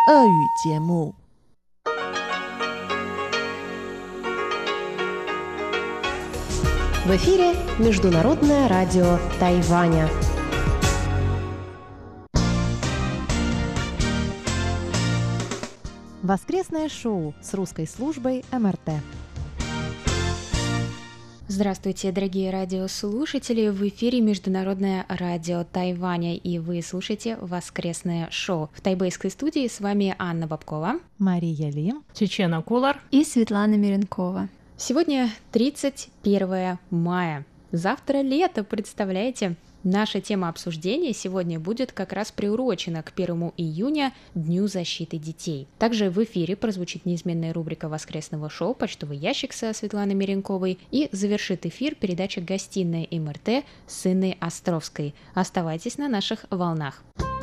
俄语节目。 В эфире Международное радио Тайваня. Воскресное шоу с русской службой МРТ. Здравствуйте, дорогие радиослушатели! В эфире Международное радио Тайваня, и вы слушаете «Воскресное шоу». В тайбэйской студии с вами Анна Бабкова, Мария Ли, Чечена Кулар и Светлана Миренкова. Сегодня 31 мая. Завтра лето, представляете? Наша тема обсуждения сегодня будет как раз приурочена к 1 июня, Дню защиты детей. Также в эфире прозвучит неизменная рубрика воскресного шоу «Почтовый ящик» со Светланой Миренковой, и завершит эфир передача «Гостиная МРТ» с Инной Островской. Оставайтесь на наших волнах.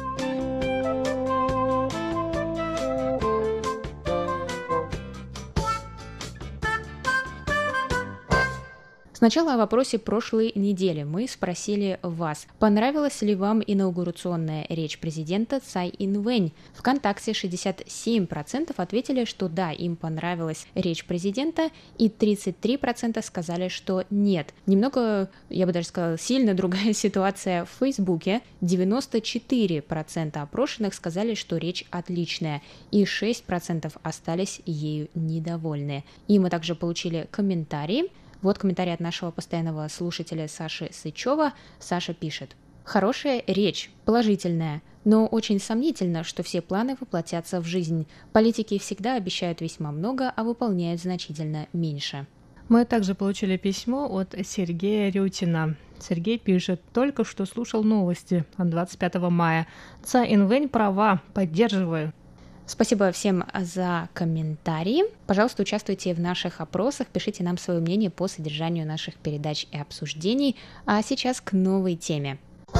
Сначала о вопросе прошлой недели. Мы спросили вас, понравилась ли вам инаугурационная речь президента Цай Инвэнь. ВКонтакте 67% ответили, что да, им понравилась речь президента, и 33% сказали, что нет. Немного, я бы даже сказала, сильно другая ситуация в Фейсбуке. 94% опрошенных сказали, что речь отличная, и 6% остались ею недовольны. И мы также получили комментарии. Вот комментарий от нашего постоянного слушателя Саши Сычева. Саша пишет: «Хорошая речь, положительная, но очень сомнительно, что все планы воплотятся в жизнь. Политики всегда обещают весьма много, а выполняют значительно меньше». Мы также получили письмо от Сергея Рютина. Сергей пишет: «Только что слушал новости от 25 мая. Цай Инвэнь права, поддерживаю». Спасибо всем за комментарии. Пожалуйста, участвуйте в наших опросах, пишите нам свое мнение по содержанию наших передач и обсуждений. А сейчас к новой теме.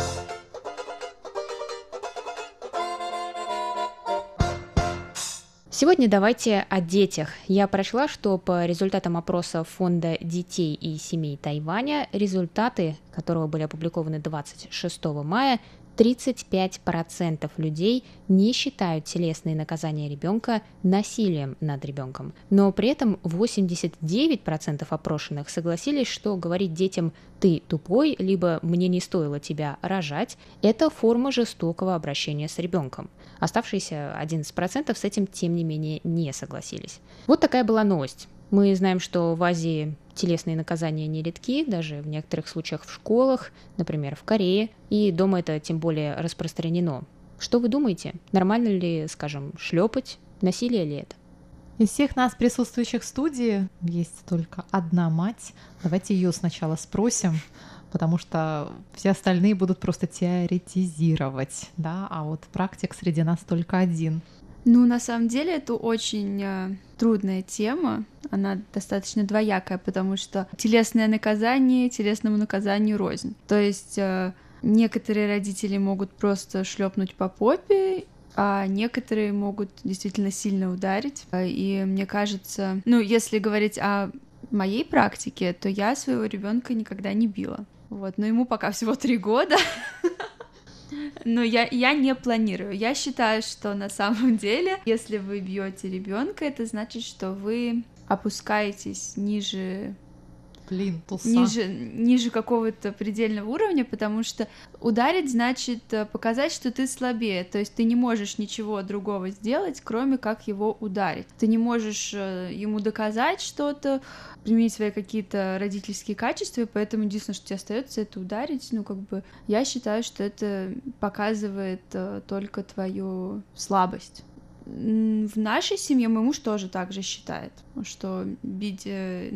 Сегодня давайте о детях. Я прочла, что по результатам опроса Фонда детей и семей Тайваня, результаты которого были опубликованы 26 мая, 35% людей не считают телесные наказания ребенка насилием над ребенком. Но при этом 89% опрошенных согласились, что говорить детям «ты тупой», либо «мне не стоило тебя рожать» – это форма жестокого обращения с ребенком. Оставшиеся 11% с этим, тем не менее, не согласились. Вот такая была новость. Мы знаем, что в Азии телесные наказания нередки, даже в некоторых случаях в школах, например, в Корее, и дома это тем более распространено. Что вы думаете? Нормально ли, скажем, шлепать? Насилие ли это? Из всех нас, присутствующих в студии, есть только одна мать. Давайте ее сначала спросим, потому что все остальные будут просто теоретизировать, да, а вот практик среди нас только один. Ну, на самом деле, это очень трудная тема, она достаточно двоякая, потому что телесное наказание телесному наказанию рознь. То есть некоторые родители могут просто шлепнуть по попе, а некоторые могут действительно сильно ударить. И мне кажется, ну, если говорить о моей практике, то я своего ребенка никогда не била. Вот, но ему пока всего 3 года. Но я не планирую. Я считаю, что на самом деле, если вы бьете ребенка, это значит, что вы опускаетесь ниже плинтуса, ниже какого-то предельного уровня, потому что ударить значит показать, что ты слабее, то есть ты не можешь ничего другого сделать, кроме как его ударить. Ты не можешь ему доказать что-то, применить свои какие-то родительские качества, и поэтому единственное, что тебе остается, это ударить. Ну, как бы, я считаю, что это показывает только твою слабость. В нашей семье мой муж тоже так же считает, что бить,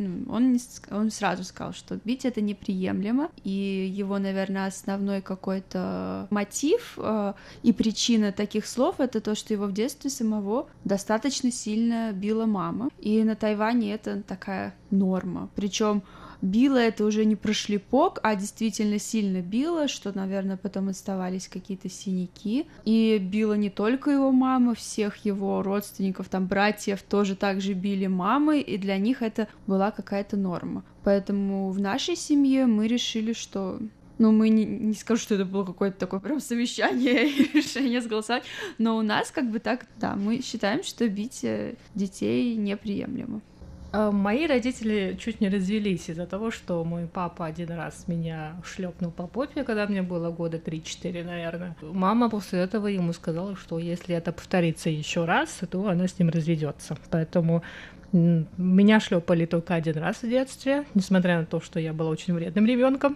он сразу сказал, что бить это неприемлемо, и его, наверное, основной какой-то мотив и причина таких слов — это то, что его в детстве самого достаточно сильно била мама, и на Тайване это такая норма, причем била это уже не про шлепок, а действительно сильно била, что, наверное, потом оставались какие-то синяки. И била не только его мама, всех его родственников, там, братьев тоже так же били мамы, и для них это была какая-то норма. Поэтому в нашей семье мы решили, что Ну, мы не скажу, что это было какое-то такое прям совещание и решение сголосовать, но у нас как бы так, да, мы считаем, что бить детей неприемлемо. Мои родители чуть не развелись из-за того, что мой папа один раз меня шлепнул по попе, когда мне было года 3-4, наверное. Мама после этого ему сказала, что если это повторится еще раз, то она с ним разведется. Поэтому меня шлепали только один раз в детстве, несмотря на то, что я была очень вредным ребенком.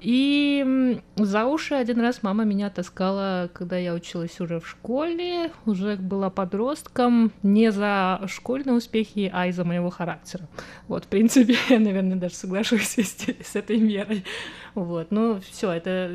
И за уши один раз мама меня таскала, когда я училась уже в школе, уже была подростком, не за школьные успехи, а из-за моего характера. Вот, в принципе, я, наверное, даже соглашусь с этой мерой. Вот, ну, все, это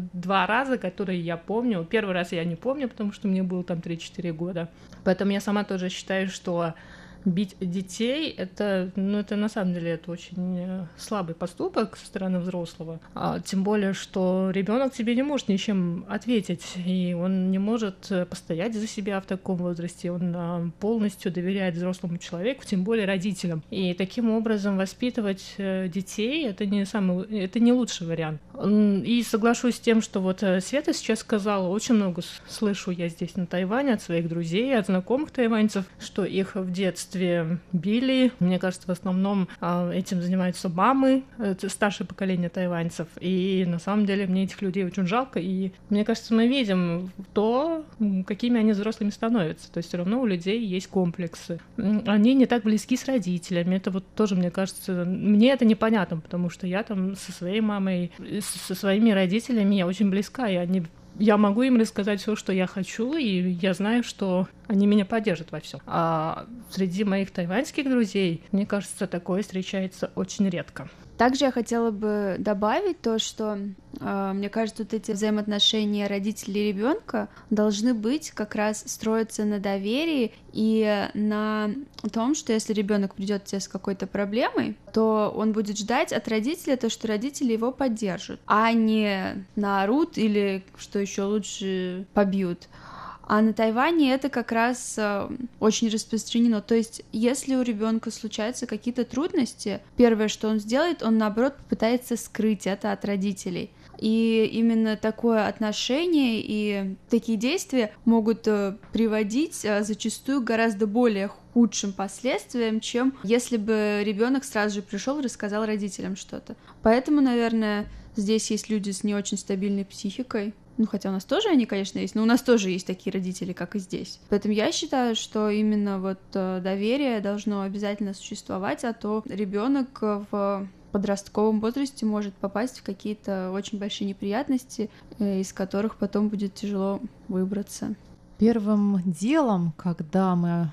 2 раза, которые я помню. Первый раз я не помню, потому что мне было там 3-4 года. Поэтому я сама тоже считаю, что бить детей это на самом деле это очень слабый поступок со стороны взрослого. Тем более, что ребенок тебе не может ничем ответить, и он не может постоять за себя в таком возрасте. Он полностью доверяет взрослому человеку, тем более родителям. И таким образом воспитывать детей это не лучший вариант. И соглашусь с тем, что вот Света сейчас сказала, очень много слышу я здесь на Тайване от своих друзей, от знакомых тайваньцев, что их в детстве били. Мне кажется, в основном этим занимаются мамы, старшее поколение тайваньцев. И на самом деле мне этих людей очень жалко. И мне кажется, мы видим то, какими они взрослыми становятся. То есть все равно у людей есть комплексы. Они не так близки с родителями. Это вот тоже, мне кажется, мне это непонятно, потому что я там со своей мамой, со своими родителями я очень близка, и я могу им рассказать все, что я хочу, и я знаю, что они меня поддержат во всем. А среди моих тайваньских друзей, мне кажется, такое встречается очень редко. Также я хотела бы добавить то, что мне кажется, вот эти взаимоотношения родителей и ребенка должны быть как раз строиться на доверии и на том, что если ребенок придет к тебе с какой-то проблемой, то он будет ждать от родителя то, что родители его поддержат, а не наорут или, что еще лучше, побьют. А на Тайване это как раз очень распространено. То есть, если у ребенка случаются какие-то трудности, первое, что он сделает, он наоборот попытается скрыть это от родителей. И именно такое отношение и такие действия могут приводить зачастую к гораздо более худшим последствиям, чем если бы ребенок сразу же пришел и рассказал родителям что-то. Поэтому, наверное, здесь есть люди с не очень стабильной психикой. Ну, хотя у нас тоже они, конечно, есть, но у нас тоже есть такие родители, как и здесь. Поэтому я считаю, что именно вот доверие должно обязательно существовать, а то ребенок в подростковом возрасте может попасть в какие-то очень большие неприятности, из которых потом будет тяжело выбраться. Первым делом, когда мы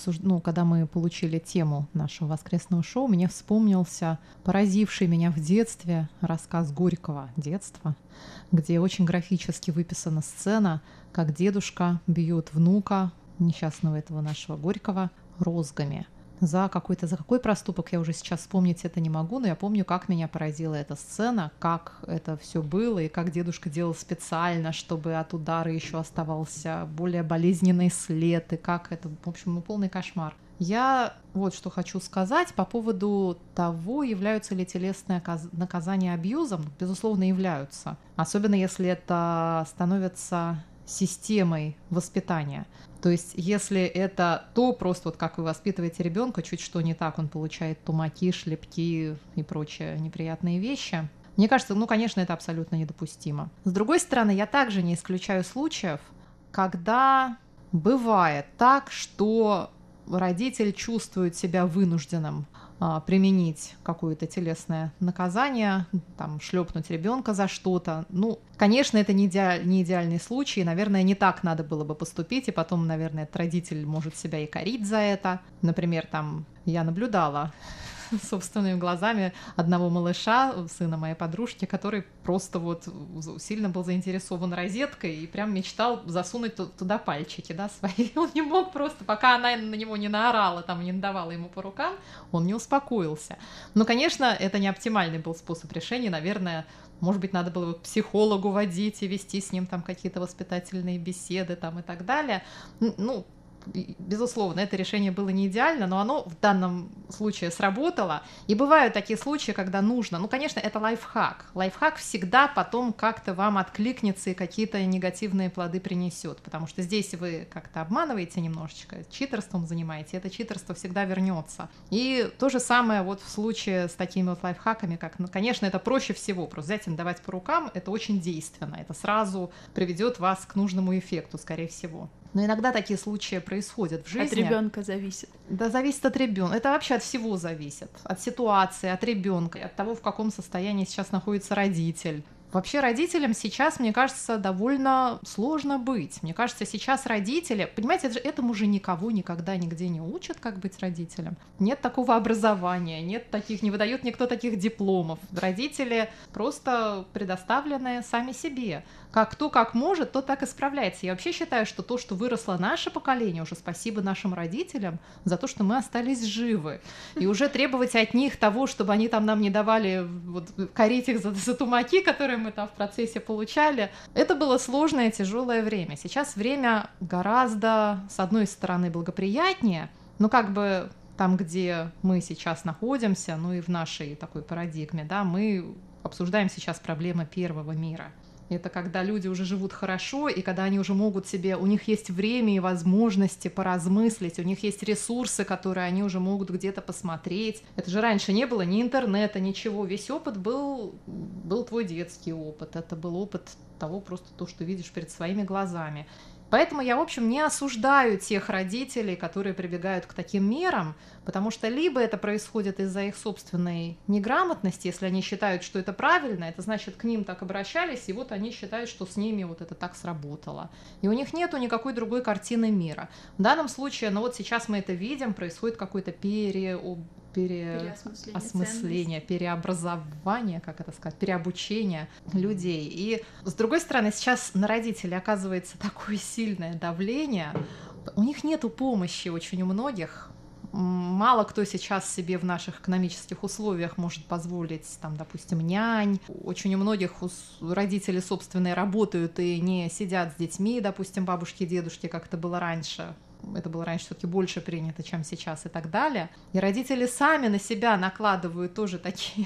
получили тему нашего воскресного шоу, мне вспомнился поразивший меня в детстве рассказ Горького «Детство», где очень графически выписана сцена, как дедушка бьет внука, несчастного этого нашего Горького, розгами. За какой проступок я уже сейчас вспомнить это не могу, но я помню, как меня поразила эта сцена, как это все было, и как дедушка делал специально, чтобы от удара еще оставался более болезненный след, и как это, в общем, полный кошмар. Я вот что хочу сказать по поводу того, являются ли телесные наказания абьюзом. Безусловно, являются. Особенно если это становится системой воспитания. То есть, если это то просто вот как вы воспитываете ребенка, чуть что не так, он получает тумаки, шлепки и прочие неприятные вещи. Мне кажется, конечно, это абсолютно недопустимо. С другой стороны, я также не исключаю случаев, когда бывает так, что родитель чувствует себя вынужденным применить какое-то телесное наказание, там, шлепнуть ребенка за что-то. Конечно, это не идеальный случай, наверное, не так надо было бы поступить, и потом, наверное, этот родитель может себя и корить за это. Например, я наблюдала собственными глазами одного малыша, сына моей подружки, который просто сильно был заинтересован розеткой и прям мечтал засунуть туда пальчики, свои. Он не мог просто, пока она на него не наорала, не надавала ему по рукам, он не успокоился. Конечно, это не оптимальный был способ решения, наверное, может быть, надо было к психологу водить и вести с ним какие-то воспитательные беседы и так далее. безусловно, это решение было не идеально, но оно в данном случае сработало. И бывают такие случаи, когда нужно. Ну, конечно, это лайфхак. Лайфхак всегда потом как-то вам откликнется и какие-то негативные плоды принесет, потому что здесь вы как-то обманываете немножечко, читерством занимаете, это читерство всегда вернется. И то же самое вот в случае с такими вот лайфхаками, как, ну, конечно, это проще всего, просто взять и давать по рукам, это очень действенно, это сразу приведет вас к нужному эффекту, скорее всего. Но иногда такие случаи происходят в жизни. От ребенка зависит. Да, зависит от ребенка. Это вообще от всего зависит. От ситуации, от ребенка, от того, в каком состоянии сейчас находится родитель. Вообще родителям сейчас, мне кажется, довольно сложно быть. Мне кажется, сейчас родители, понимаете, этому же никого никогда нигде не учат, как быть родителем. Нет такого образования, не выдает никто таких дипломов. Родители просто предоставлены сами себе. Кто как может, то так и справляется. Я вообще считаю, что то, что выросло наше поколение, уже спасибо нашим родителям за то, что мы остались живы. И уже требовать от них того, чтобы они там нам не давали корить их за тумаки, которые мы там в процессе получали, это было сложное, тяжелое время. Сейчас время гораздо, с одной стороны, благоприятнее, но как бы там, где мы сейчас находимся, ну и в нашей такой парадигме, да, мы обсуждаем сейчас проблемы первого мира. Это когда люди уже живут хорошо, и когда они уже могут себе, у них есть время и возможности поразмыслить, у них есть ресурсы, которые они уже могут где-то посмотреть. Это же раньше не было ни интернета, ничего. Весь опыт был твой детский опыт. Это был опыт того, просто то, что видишь перед своими глазами. Поэтому я, в общем, не осуждаю тех родителей, которые прибегают к таким мерам, потому что либо это происходит из-за их собственной неграмотности, если они считают, что это правильно, это значит, к ним так обращались, и вот они считают, что с ними вот это так сработало. И у них нету никакой другой картины мира. В данном случае, ну вот сейчас мы это видим, происходит какое-то переосмысление, переобразование, как это сказать, переобучение людей. И с другой стороны, сейчас на родителей оказывается такое сильное давление, у них нету помощи очень у многих. Мало кто сейчас себе в наших экономических условиях может позволить, там, допустим, нянь. Очень у многих родители собственные работают и не сидят с детьми, допустим, бабушки и дедушки, как это было раньше. Это было раньше все-таки больше принято, чем сейчас и так далее. И родители сами на себя накладывают тоже такие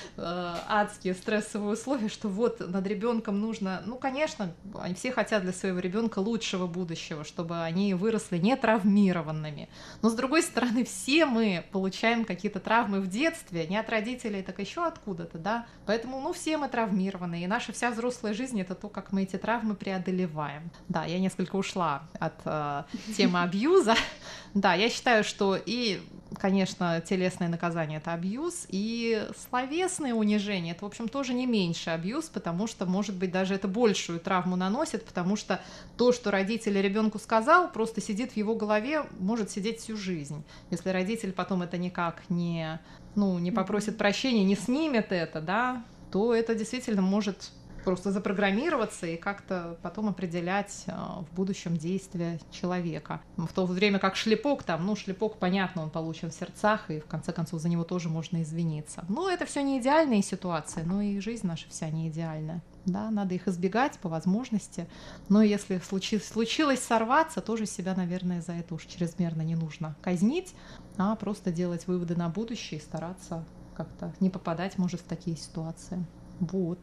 адские стрессовые условия, что вот над ребенком нужно, ну, конечно, они все хотят для своего ребенка лучшего будущего, чтобы они выросли не травмированными. Но, с другой стороны, все мы получаем какие-то травмы в детстве, не от родителей, так еще откуда-то, да. Поэтому, ну, все мы травмированы, и наша вся взрослая жизнь — это то, как мы эти травмы преодолеваем. Да, я несколько ушла от темы абьюза. Да, я считаю, что и, конечно, телесное наказание — это абьюз, и словесное унижение — это, в общем, тоже не меньше абьюз, потому что, может быть, даже это большую травму наносит, потому что то, что родитель ребенку сказал, просто сидит в его голове, может сидеть всю жизнь. Если родитель потом это никак не попросит прощения, не снимет это, да, то это действительно может просто запрограммироваться и как-то потом определять в будущем действия человека. В то время как шлепок, шлепок, понятно, он получен в сердцах, и в конце концов за него тоже можно извиниться. Но это все не идеальные ситуации, но и жизнь наша вся не идеальная. Да, надо их избегать по возможности. Но если случилось сорваться, тоже себя, наверное, за это уж чрезмерно не нужно казнить, а просто делать выводы на будущее и стараться как-то не попадать, может, в такие ситуации. Вот.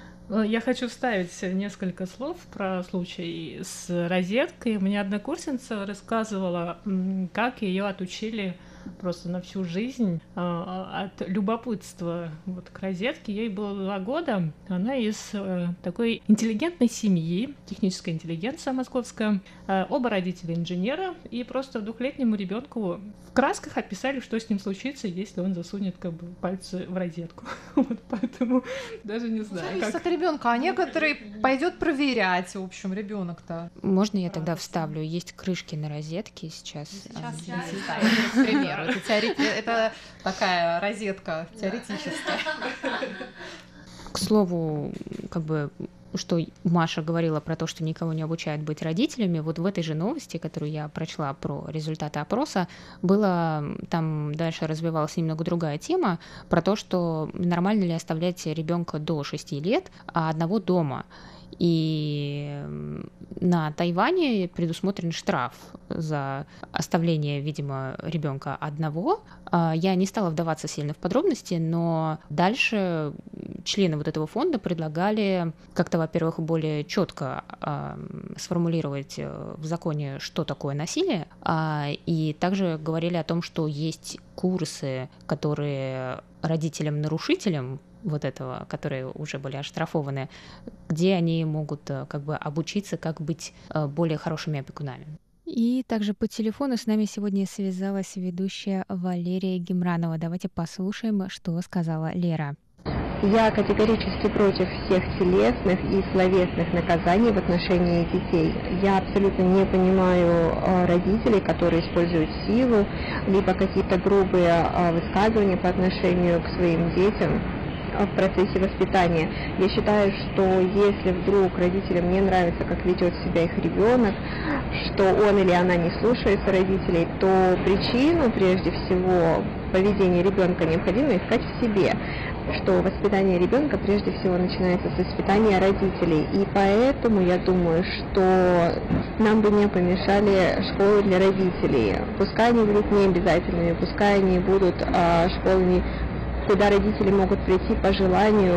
Я хочу вставить несколько слов про случай с розеткой. Мне однокурсница рассказывала, как ее отучили просто на всю жизнь от любопытства к розетке. Ей было 2 года. Она из такой интеллигентной семьи, техническая интеллигенция московская. Оба родителя инженера. И просто 2-летнему ребенку в красках описали, что с ним случится, если он засунет пальцы в розетку. Поэтому даже не знаю. Зависит от ребенка, а некоторые пойдет проверять, в общем, ребенок-то. Можно я тогда вставлю? Есть крышки на розетке сейчас. К примеру, это такая розетка теоретическая. К слову, что Маша говорила про то, что никого не обучают быть родителями, вот в этой же новости, которую я прочла про результаты опроса, там дальше развивалась немного другая тема про то, что нормально ли оставлять ребенка до 6 лет одного дома. И на Тайване предусмотрен штраф за оставление, видимо, ребенка одного. Я не стала вдаваться сильно в подробности, но дальше члены вот этого фонда предлагали как-то, во-первых, более четко сформулировать в законе, что такое насилие, и также говорили о том, что есть курсы, которые родителям-нарушителям вот этого, которые уже были оштрафованы, где они могут как бы обучиться, как быть более хорошими опекунами. И также по телефону с нами сегодня связалась ведущая Валерия Гемранова. Давайте послушаем, что сказала Лера. Я категорически против всех телесных и словесных наказаний в отношении детей. Я абсолютно не понимаю родителей, которые используют силу, либо какие-то грубые высказывания по отношению к своим детям в процессе воспитания. Я считаю, что если вдруг родителям не нравится, как ведет себя их ребенок, что он или она не слушается родителей, то причину, прежде всего, поведения ребенка необходимо искать в себе, что воспитание ребенка прежде всего начинается с воспитания родителей. И поэтому я думаю, что нам бы не помешали школы для родителей. Пускай они будут не обязательными, пускай они будут школами, куда родители могут прийти по желанию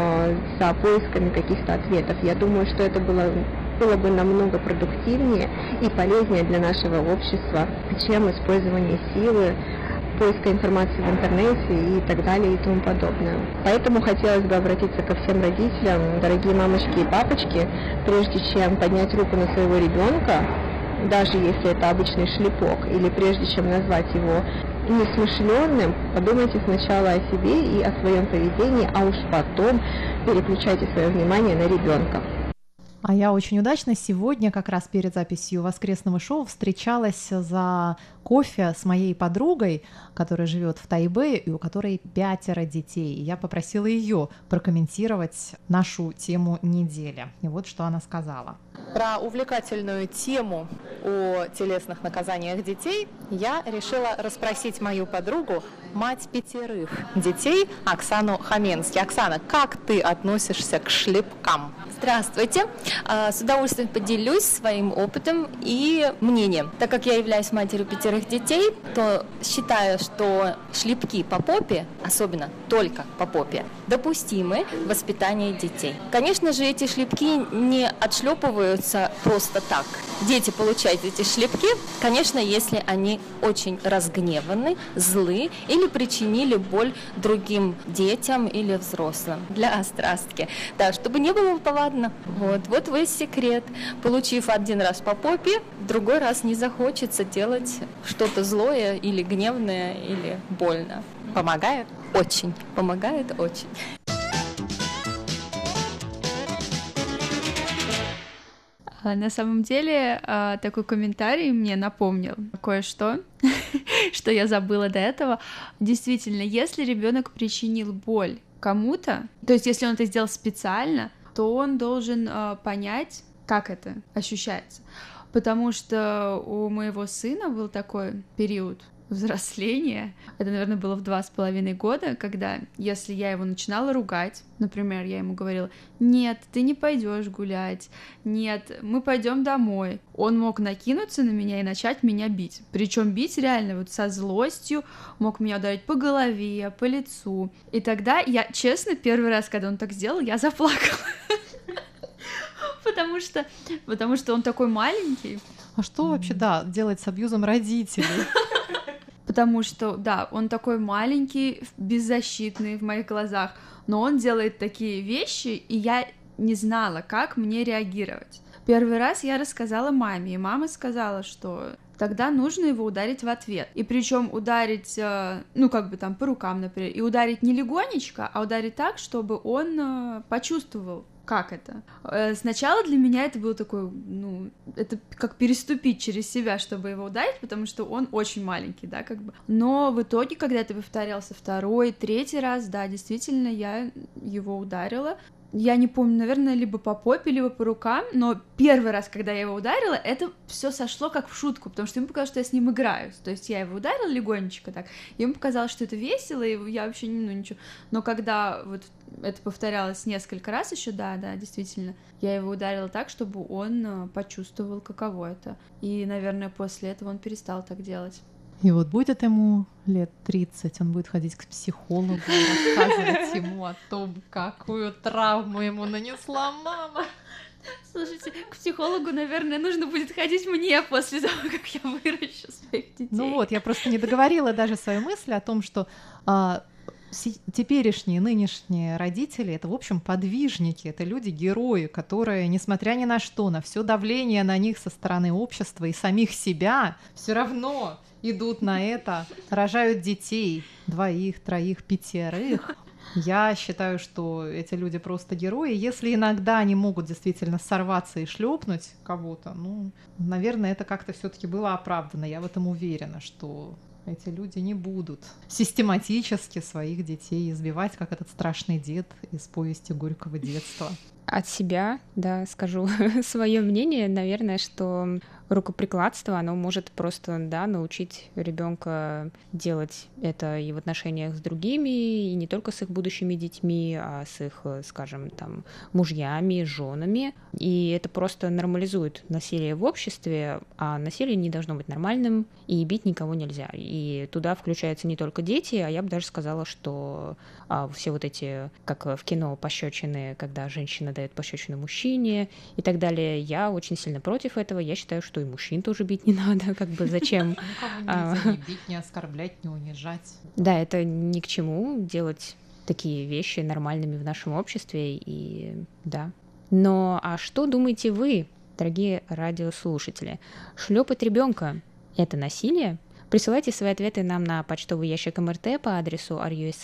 за поисками каких-то ответов. Я думаю, что это было бы намного продуктивнее и полезнее для нашего общества, чем использование силы, поиска информации в интернете и так далее и тому подобное. Поэтому хотелось бы обратиться ко всем родителям, дорогие мамочки и папочки, прежде чем поднять руку на своего ребенка, даже если это обычный шлепок, или прежде чем назвать его несмышленным, подумайте сначала о себе и о своем поведении, а уж потом переключайте свое внимание на ребенка. А я очень удачно сегодня, как раз перед записью воскресного шоу, встречалась за кофе с моей подругой, которая живет в Тайбэе и у которой 5 детей. И я попросила ее прокомментировать нашу тему недели. И вот что она сказала. Про увлекательную тему о телесных наказаниях детей я решила расспросить мою подругу, мать 5 детей, Оксану Хоменски. Оксана, как ты относишься к шлепкам? Здравствуйте. С удовольствием поделюсь своим опытом и мнением. Так как я являюсь матерью 5 детей, то считаю, что шлепки по попе, особенно только по попе, допустимы в воспитании детей. Конечно же, эти шлепки не отшлепываются просто так. Дети получают эти шлепки, конечно, если они очень разгневаны, злы или причинили боль другим детям или взрослым для острастки. Да, чтобы не было повадно. Вот весь секрет. Получив 1 раз по попе, в другой раз не захочется делать что-то злое или гневное, или больно. Помогает? Очень. Помогает очень. На самом деле, такой комментарий мне напомнил кое-что, что я забыла до этого. Действительно, если ребенок причинил боль кому-то, то есть если он это сделал специально, то он должен понять, как это ощущается. Потому что у моего сына был такой период взросления, это, наверное, было в 2,5 года, когда, если я его начинала ругать, например, я ему говорила: нет, ты не пойдешь гулять, нет, мы пойдем домой, он мог накинуться на меня и начать меня бить. Причем бить реально вот со злостью, мог меня ударить по голове, по лицу. И тогда я, честно, первый раз, когда он так сделал, я заплакала. Потому что он такой маленький. А что вообще, делать с абьюзом родителей? Потому что, да, он такой маленький, беззащитный в моих глазах, но он делает такие вещи, и я не знала, как мне реагировать. Первый раз я рассказала маме, и мама сказала, что тогда нужно его ударить в ответ. И причем ударить, по рукам, например, и ударить не легонечко, а ударить так, чтобы он почувствовал, как это. Сначала для меня это было такое, это как переступить через себя, чтобы его ударить, потому что он очень маленький, да, как бы. Но в итоге, когда это повторялся 2-й, 3-й раз, да, действительно, я его ударила. я не помню, наверное, либо по попе, либо по рукам, но первый раз, когда я его ударила, это все сошло как в шутку, потому что ему показалось, что я с ним играю, то есть я его ударила легонечко так, ему показалось, что это весело, и я вообще, ничего, но когда вот это повторялось несколько раз еще, да, действительно, я его ударила так, чтобы он почувствовал, каково это, и, наверное, после этого он перестал так делать. И вот будет ему лет 30, он будет ходить к психологу, рассказывать ему о том, какую травму ему нанесла мама. Слушайте, к психологу, наверное, нужно будет ходить мне после того, как я выращу своих детей. Ну вот, я просто не договорила даже свою мысль о том, что теперешние, нынешние родители — это, в общем, подвижники, это люди-герои, которые, несмотря ни на что, на все давление на них со стороны общества и самих себя, все равно идут на это, рожают детей, 2, 3, 5. Я считаю, что эти люди просто герои. Если иногда они могут действительно сорваться и шлепнуть кого-то, наверное, это как-то все-таки было оправдано. Я в этом уверена, что эти люди не будут систематически своих детей избивать, как этот страшный дед из повести Горького детства. От себя, да, скажу свое мнение, наверное, что рукоприкладство, оно может просто, да, научить ребенка делать это и в отношениях с другими, и не только с их будущими детьми, а с их, скажем, там, мужьями, женами. И это просто нормализует насилие в обществе, а насилие не должно быть нормальным, и бить никого нельзя. И туда включаются не только дети, а я бы даже сказала, что все вот эти, как в кино, пощечины, когда женщина дает пощечину мужчине и так далее, я очень сильно против этого. Я считаю, что и мужчин тоже бить не надо, как бы зачем. Никого нельзя не бить, не оскорблять, не унижать. Да, это ни к чему делать такие вещи нормальными в нашем обществе, и да. Но а что думаете вы, дорогие радиослушатели? Шлепать ребенка — это насилие? Присылайте свои ответы нам на почтовый ящик МРТ по адресу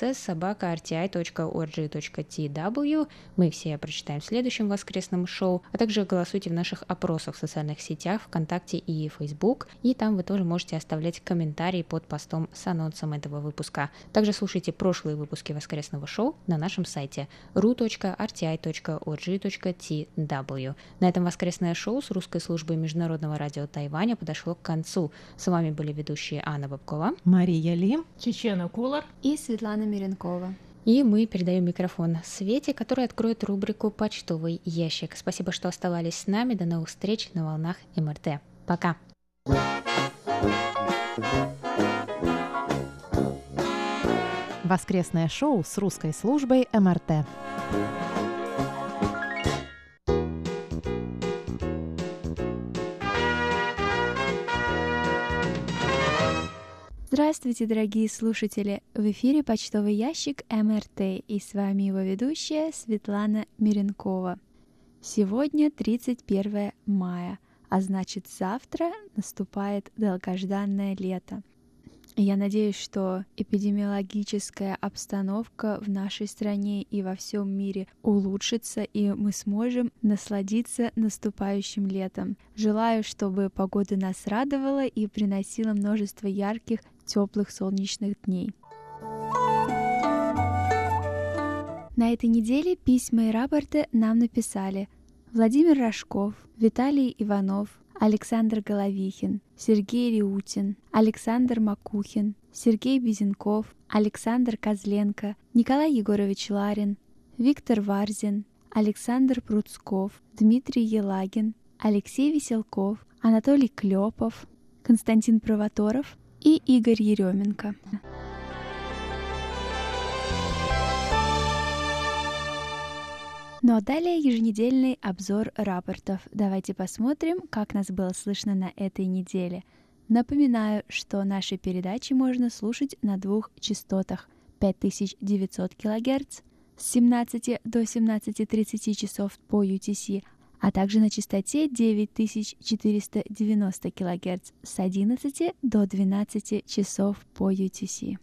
russ@rti.org.tw. Мы все прочитаем в следующем воскресном шоу, а также голосуйте в наших опросах в социальных сетях ВКонтакте и Facebook, и там вы тоже можете оставлять комментарии под постом с анонсом этого выпуска. Также слушайте прошлые выпуски воскресного шоу на нашем сайте ru.rti.org.tw. На этом воскресное шоу с русской службой Международного радио Тайваня подошло к концу. С вами были ведущие Анна Бабкова, Мария Ли, Чечена Кулар и Светлана Миренкова. И мы передаем микрофон Свете, которая откроет рубрику «Почтовый ящик». Спасибо, что оставались с нами. До новых встреч на волнах МРТ. Пока! Воскресное шоу с русской службой МРТ. Здравствуйте, дорогие слушатели! В эфире почтовый ящик МРТ, и с вами его ведущая Светлана Миренкова. Сегодня 31 мая, а значит завтра наступает долгожданное лето. Я надеюсь, что эпидемиологическая обстановка в нашей стране и во всем мире улучшится, и мы сможем насладиться наступающим летом. Желаю, чтобы погода нас радовала и приносила множество ярких, теплых солнечных дней. На этой неделе письма и рапорты нам написали Владимир Рожков, Виталий Иванов, Александр Головихин, Сергей Риутин, Александр Макухин, Сергей Безенков, Александр Козленко, Николай Егорович Ларин, Виктор Варзин, Александр Пруцков, Дмитрий Елагин, Алексей Веселков, Анатолий Клепов, Константин Провоторов и Игорь Еременко. Ну а далее еженедельный обзор рапортов. Давайте посмотрим, как нас было слышно на этой неделе. Напоминаю, что наши передачи можно слушать на 2 частотах: 5900 кГц с 17 до 17:30 часов по UTC, а также на частоте 9490 кГц с 11 до 12 часов по UTC.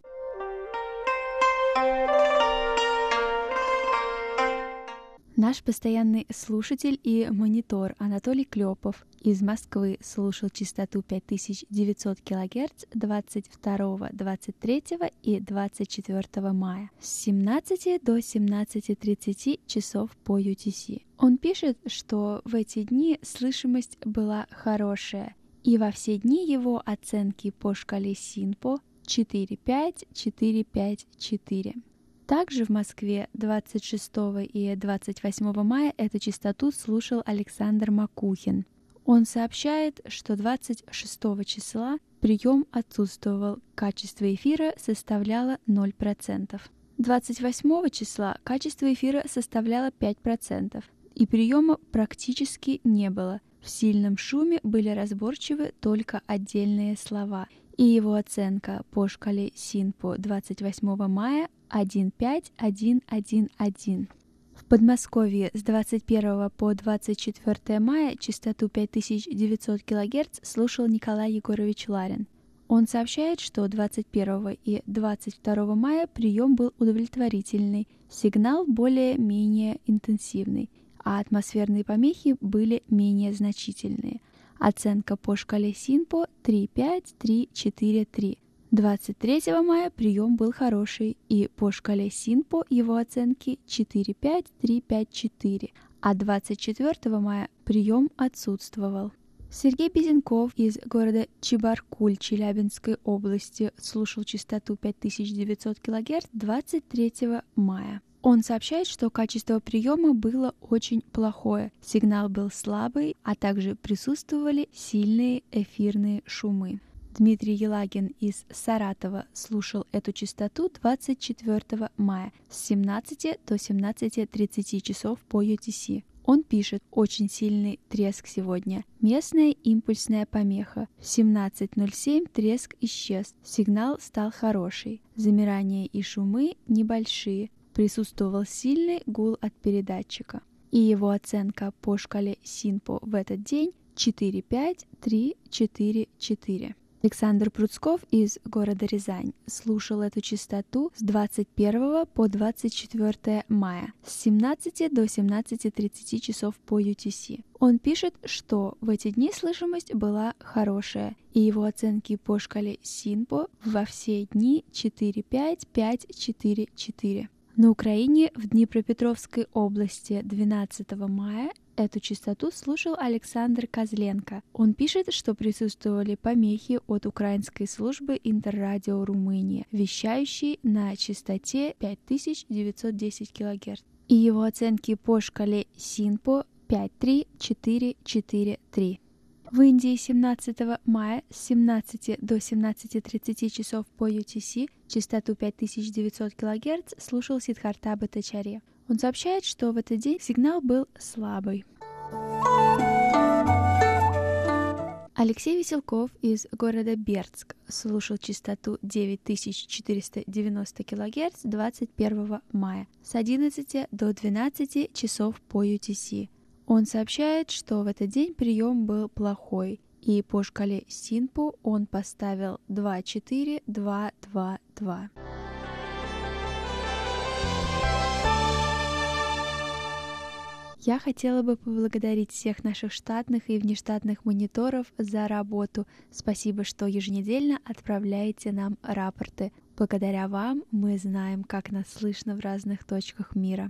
Наш постоянный слушатель и монитор Анатолий Клепов из Москвы слушал частоту 5900 кГц 22, 23 и 24 мая с 17 до 17:30 часов по UTC. Он пишет, что в эти дни слышимость была хорошая, и во все дни его оценки по шкале СИНПО 4,5, 4,5, 4. Также в Москве 26 и 28 мая эту частоту слушал Александр Макухин. Он сообщает, что 26 числа прием отсутствовал, качество эфира составляло 0%. 28 числа качество эфира составляло 5%, и приема практически не было. В сильном шуме были разборчивы только отдельные слова, и его оценка по шкале СИНПО 28 мая 1,5-1,1,1. В Подмосковье с 21 по 24 мая частоту 5900 кГц слушал Николай Егорович Ларин. Он сообщает, что 21 и 22 мая прием был удовлетворительный, сигнал более-менее интенсивный, а атмосферные помехи были менее значительные. Оценка по шкале СИНПО 3,5, 3, 4, 3. 23 мая прием был хороший, и по шкале СИНПО его оценки 4,5, 3,5, 4, а 24 мая прием отсутствовал. Сергей Безенков из города Чебаркуль Челябинской области слушал частоту 5900 кГц 23 мая. Он сообщает, что качество приема было очень плохое, сигнал был слабый, а также присутствовали сильные эфирные шумы. Дмитрий Елагин из Саратова слушал эту частоту 24 мая с 17 до 17:30 часов по UTC. Он пишет: очень сильный треск сегодня. Местная импульсная помеха. В 17:07 треск исчез. Сигнал стал хороший. Замирания и шумы небольшие. Присутствовал сильный гул от передатчика. И его оценка по шкале СИНПО в этот день 4,5, 3, 4, 4. Александр Пруцков из города Рязань слушал эту частоту с 21 по 24 мая с 17 до 17:30 часов по UTC. Он пишет, что в эти дни слышимость была хорошая, и его оценки по шкале СИНПО во все дни 4,5, 5, 4, 4. На Украине в Днепропетровской области 12 мая эту частоту слушал Александр Козленко. Он пишет, что присутствовали помехи от украинской службы Интеррадио Румыния, вещающей на частоте 5910 кГц. И его оценки по шкале СИНПО 5,3, 4, 4, 3. В Индии 17 мая с 17 до 17:30 часов по UTC частоту 5900 кГц слушал Сиддхарта Бхаттачарья. Он сообщает, что в этот день сигнал был слабый. Алексей Веселков из города Бердск слушал частоту 9490 кГц 21 мая с 11 до 12 часов по UTC. Он сообщает, что в этот день прием был плохой, и по шкале СИНПО он поставил 2,4, 2, 2, 2. Я хотела бы поблагодарить всех наших штатных и внештатных мониторов за работу. Спасибо, что еженедельно отправляете нам рапорты. Благодаря вам мы знаем, как нас слышно в разных точках мира.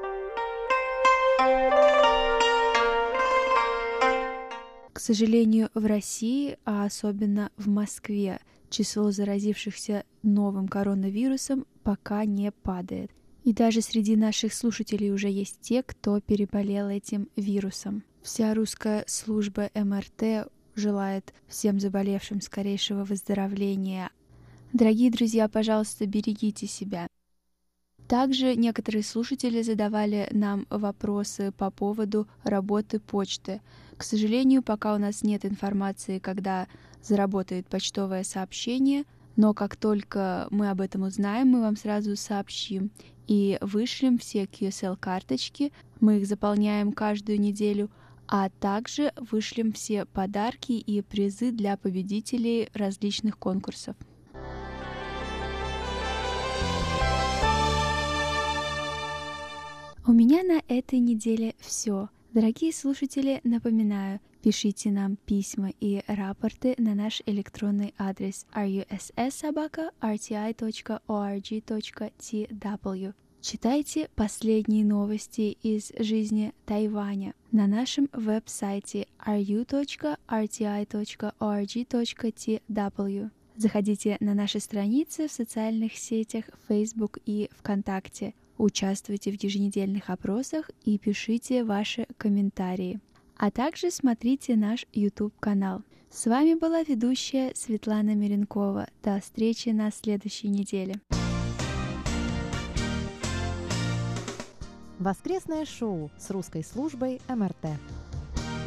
К сожалению, в России, а особенно в Москве, число заразившихся новым коронавирусом пока не падает. И даже среди наших слушателей уже есть те, кто переболел этим вирусом. Вся русская служба МРТ желает всем заболевшим скорейшего выздоровления. Дорогие друзья, пожалуйста, берегите себя. Также некоторые слушатели задавали нам вопросы по поводу работы почты. К сожалению, пока у нас нет информации, когда заработает почтовое сообщение, но как только мы об этом узнаем, мы вам сразу сообщим и вышлем все QSL-карточки. Мы их заполняем каждую неделю, а также вышлем все подарки и призы для победителей различных конкурсов. У меня на этой неделе все. Дорогие слушатели, напоминаю, Пишите нам письма и рапорты на наш электронный адрес russ@rti.org.tw. Читайте последние новости из жизни Тайваня на нашем веб-сайте ru.rti.org.tw. Заходите на наши страницы в социальных сетях Facebook и ВКонтакте. Участвуйте в еженедельных опросах и пишите ваши комментарии. А также смотрите наш YouTube-канал. С вами была ведущая Светлана Миренкова. До встречи на следующей неделе. Воскресное шоу с русской службой МРТ.